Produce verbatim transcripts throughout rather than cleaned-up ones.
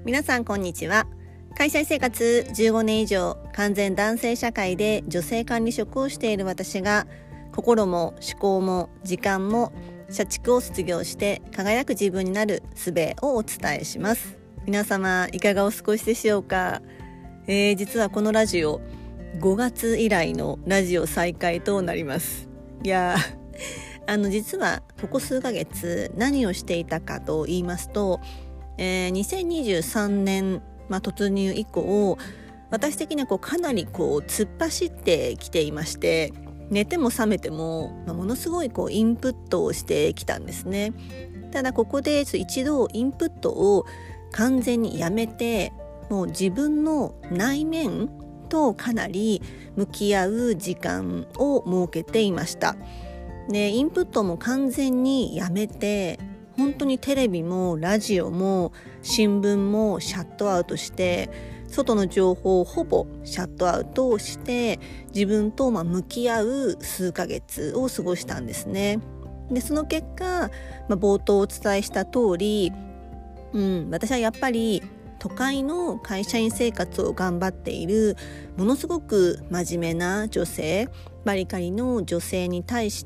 皆さんこんにちは。会社生活じゅうごねん以上、完全男性社会で女性管理職をしている私が、心も思考も時間も社畜を卒業して輝く自分になる術をお伝えします。皆様いかがお過ごしでしょうか。えー、実はこのラジオごがつ以来のラジオ再開となります。いやあの実はここ数ヶ月何をしていたかと言いますと、えー、にせんにじゅうさんねん、まあ、突入以降、私的にはこうかなりこう突っ走ってきていまして、寝ても覚めても、まあ、ものすごいこうインプットをしてきたんですね。ただここで一度インプットを完全にやめて、もう自分の内面とかなり向き合う時間を設けていました。で、インプットも完全にやめて、本当にテレビもラジオも新聞もシャットアウトして、外の情報をほぼシャットアウトして自分とまあ向き合う数ヶ月を過ごしたんですね。で、その結果、まあ、冒頭お伝えした通り、うん、私はやっぱり都会の会社員生活を頑張っているものすごく真面目な女性、バリカリの女性に対して、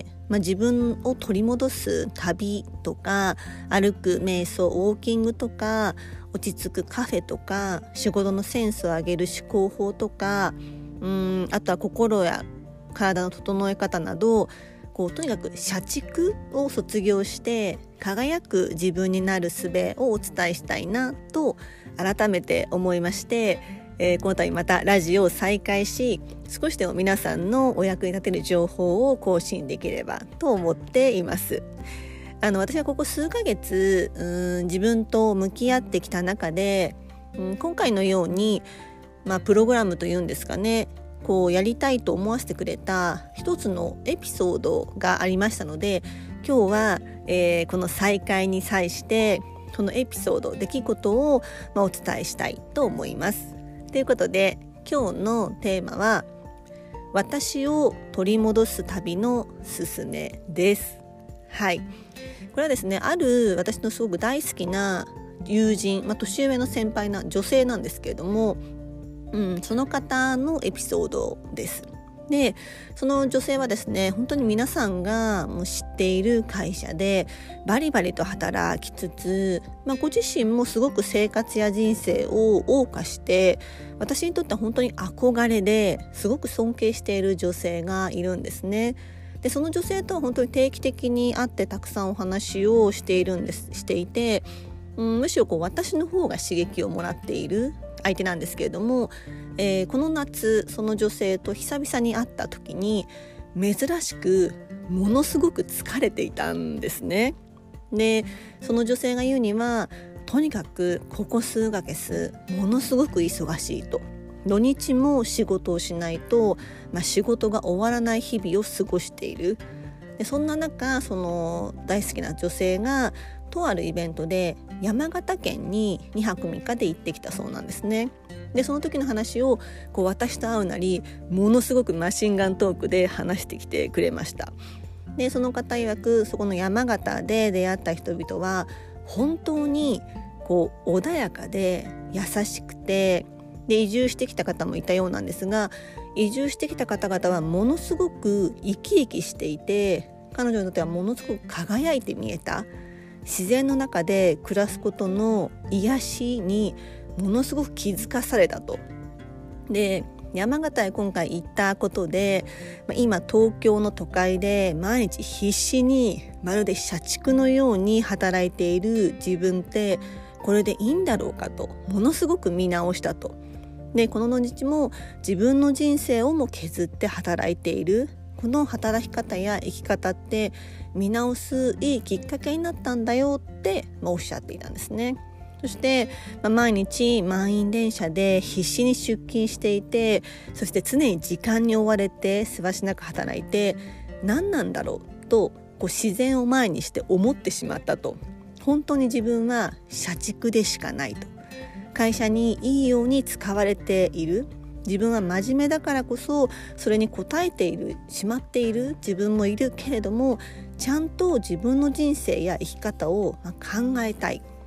まあ、自分を取り戻す旅とか、歩く瞑想ウォーキングとか、落ち着くカフェとか、仕事のセンスを上げる思考法とか、うん、あとは心や体の整え方など、こうとにかく社畜を卒業して輝く自分になる術をお伝えしたいなと改めて思いまして、えー、この度またラジオを再開し、少しでも皆さんのお役に立てる情報を更新できればと思っています。あの私はここ数ヶ月うん自分と向き合ってきた中で、うん、今回のように、まあ、プログラムというんですかね、こうやりたいと思わせてくれた一つのエピソードがありましたので、今日は、えー、この再開に際してそのエピソード、出来事を、まあ、お伝えしたいと思います。ということで今日のテーマは、私を取り戻す旅のすすめです。はい、これはですね、ある私のすごく大好きな友人、まあ、年上の先輩な女性なんですけれども、うん、その方のエピソードです。で、その女性はですね、本当に皆さんがもう知っている会社でバリバリと働きつつ、まあ、ご自身もすごく生活や人生を謳歌して、私にとっては本当に憧れですごく尊敬している女性がいるんですね。で、その女性とは本当に定期的に会ってたくさんお話をしているんですしていて、うん、むしろこう私の方が刺激をもらっている相手なんですけれども、えー、この夏その女性と久々に会った時に珍しくものすごく疲れていたんですね。で、その女性が言うには、とにかくここ数ヶ月ものすごく忙しいと、土日も仕事をしないと、まあ、仕事が終わらない日々を過ごしている。で、そんな中、その大好きな女性がとあるイベントで山形県ににはくみっかで行ってきたそうなんですね。で、その時の話をこう私と会うなり、ものすごくマシンガントークで話してきてくれました。で、その方曰く、そこの山形で出会った人々は本当にこう穏やかで優しくて、で移住してきた方もいたようなんですが、移住してきた方々はものすごく生き生きしていて、彼女にとってはものすごく輝いて見えた。自然の中で暮らすことの癒しにものすごく気づかされたと。で、山形へ今回行ったことで、今東京の都会で毎日必死にまるで社畜のように働いている自分ってこれでいいんだろうかと、ものすごく見直したと。で、この土日も自分の人生をも削って働いている、この働き方や生き方って見直すいいきっかけになったんだよって、まあ、おっしゃっていたんですね。そして、まあ、毎日満員電車で必死に出勤していて、そして常に時間に追われてせわしなく働いて、何なんだろうとこう自然を前にして思ってしまったと。本当に自分は社畜でしかないと。会社にいいように使われている、自分は真面目だからこそそれに応えているしまっている自分もいるけれども、ちゃんと自分の人生や生き方を考えたい。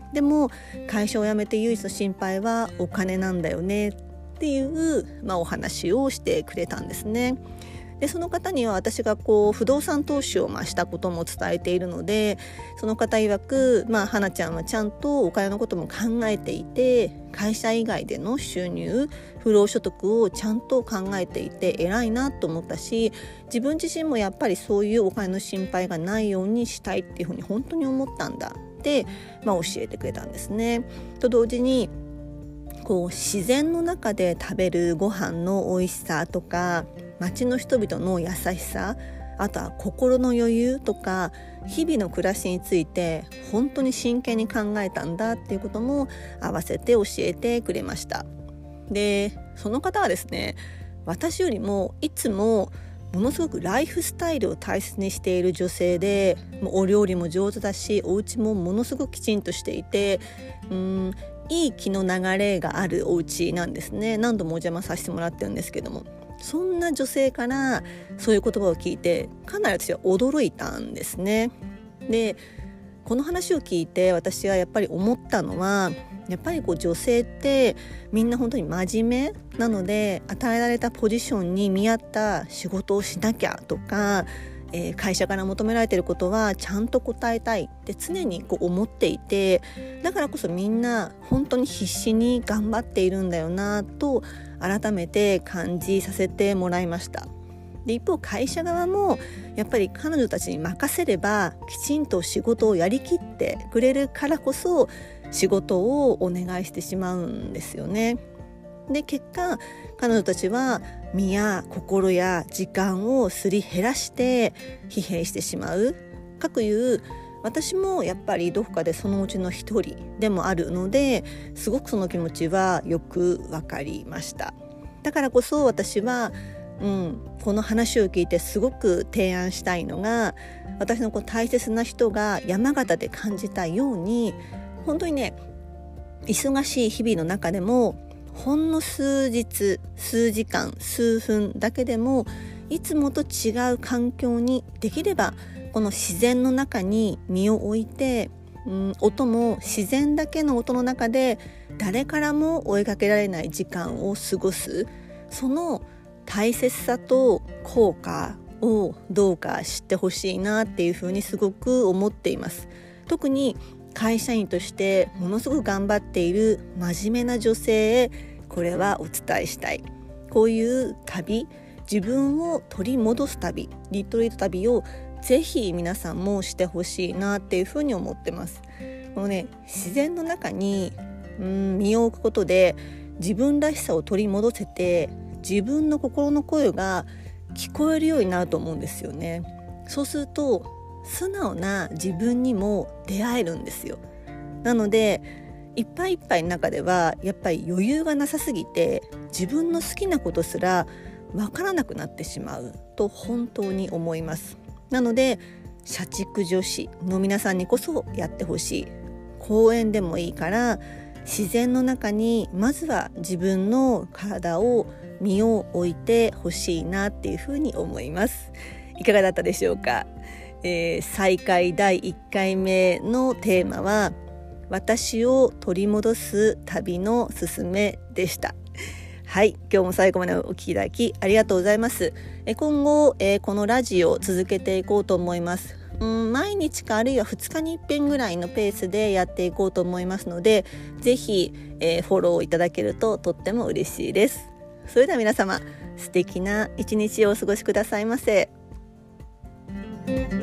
でも会社を辞めて唯一の心配はお金なんだよねっていう、まあ、お話をしてくれたんですね。でその方には私がこう不動産投資をまあしたことも伝えているので、その方曰く、まあ、花ちゃんはちゃんとお金のことも考えていて、会社以外での収入、不労所得をちゃんと考えていて偉いなと思ったし、自分自身もやっぱりそういうお金の心配がないようにしたいっていうふうに本当に思ったんだって、まあ、教えてくれたんですね。と同時にこう自然の中で食べるご飯の美味しさとか、街の人々の優しさ、あとは心の余裕とか、日々の暮らしについて本当に真剣に考えたんだっていうことも合わせて教えてくれました。でその方はですね、私よりもいつもものすごくライフスタイルを大切にしている女性で、もうお料理も上手だし、お家もものすごくきちんとしていて、うーんいい気の流れがあるお家なんですね。何度もお邪魔させてもらってるんですけども、そんな女性からそういう言葉を聞いてかなり私は驚いたんですね。でこの話を聞いて私はやっぱり思ったのは、やっぱりこう女性ってみんな本当に真面目なので、与えられたポジションに見合った仕事をしなきゃとか、えー、会社から求められていることはちゃんと答えたいって常にこう思っていて、だからこそみんな本当に必死に頑張っているんだよなと改めて感じさせてもらいました。で一方会社側もやっぱり彼女たちに任せればきちんと仕事をやりきってくれるからこそ仕事をお願いしてしまうんですよね。で結果彼女たちは身や心や時間をすり減らして疲弊してしまう。かくいう私もやっぱりどこかでそのうちの一人でもあるので、すごくその気持ちはよくわかりました。だからこそ私は、うん、この話を聞いてすごく提案したいのが、私のこう大切な人が山形で感じたように、本当にね、忙しい日々の中でもほんの数日、数時間、数分だけでもいつもと違う環境にできればこの自然の中に身を置いて、うん、音も自然だけの音の中で誰からも追いかけられない時間を過ごす、その大切さと効果をどうか知ってほしいなっていうふうにすごく思っています。特に会社員としてものすごく頑張っている真面目な女性へこれはお伝えしたい。こういう旅、自分を取り戻す旅、リトリート旅をぜひ皆さんもしてほしいなっていうふうに思ってます。このね、自然の中にうん身を置くことで自分らしさを取り戻せて、自分の心の声が聞こえるようになると思うんですよね。そうすると素直な自分にも出会えるんですよ。なのでいっぱいいっぱいの中ではやっぱり余裕がなさすぎて自分の好きなことすらわからなくなってしまうと本当に思います。なので社畜女子の皆さんにこそやってほしい。公園でもいいから自然の中にまずは自分の体を身を置いてほしいなっていうふうに思います。いかがだったでしょうか。えー、再開だいいっかいめのテーマは私を取り戻す旅のすすめでした。はい、今日も最後までお聞きいただきありがとうございます。え今後、えー、このラジオを続けていこうと思います。うん、毎日かあるいはふつかにいっぺんぐらいのペースでやっていこうと思いますので、ぜひ、えー、フォローいただけるととっても嬉しいです。それでは皆様、素敵な一日をお過ごしくださいませ。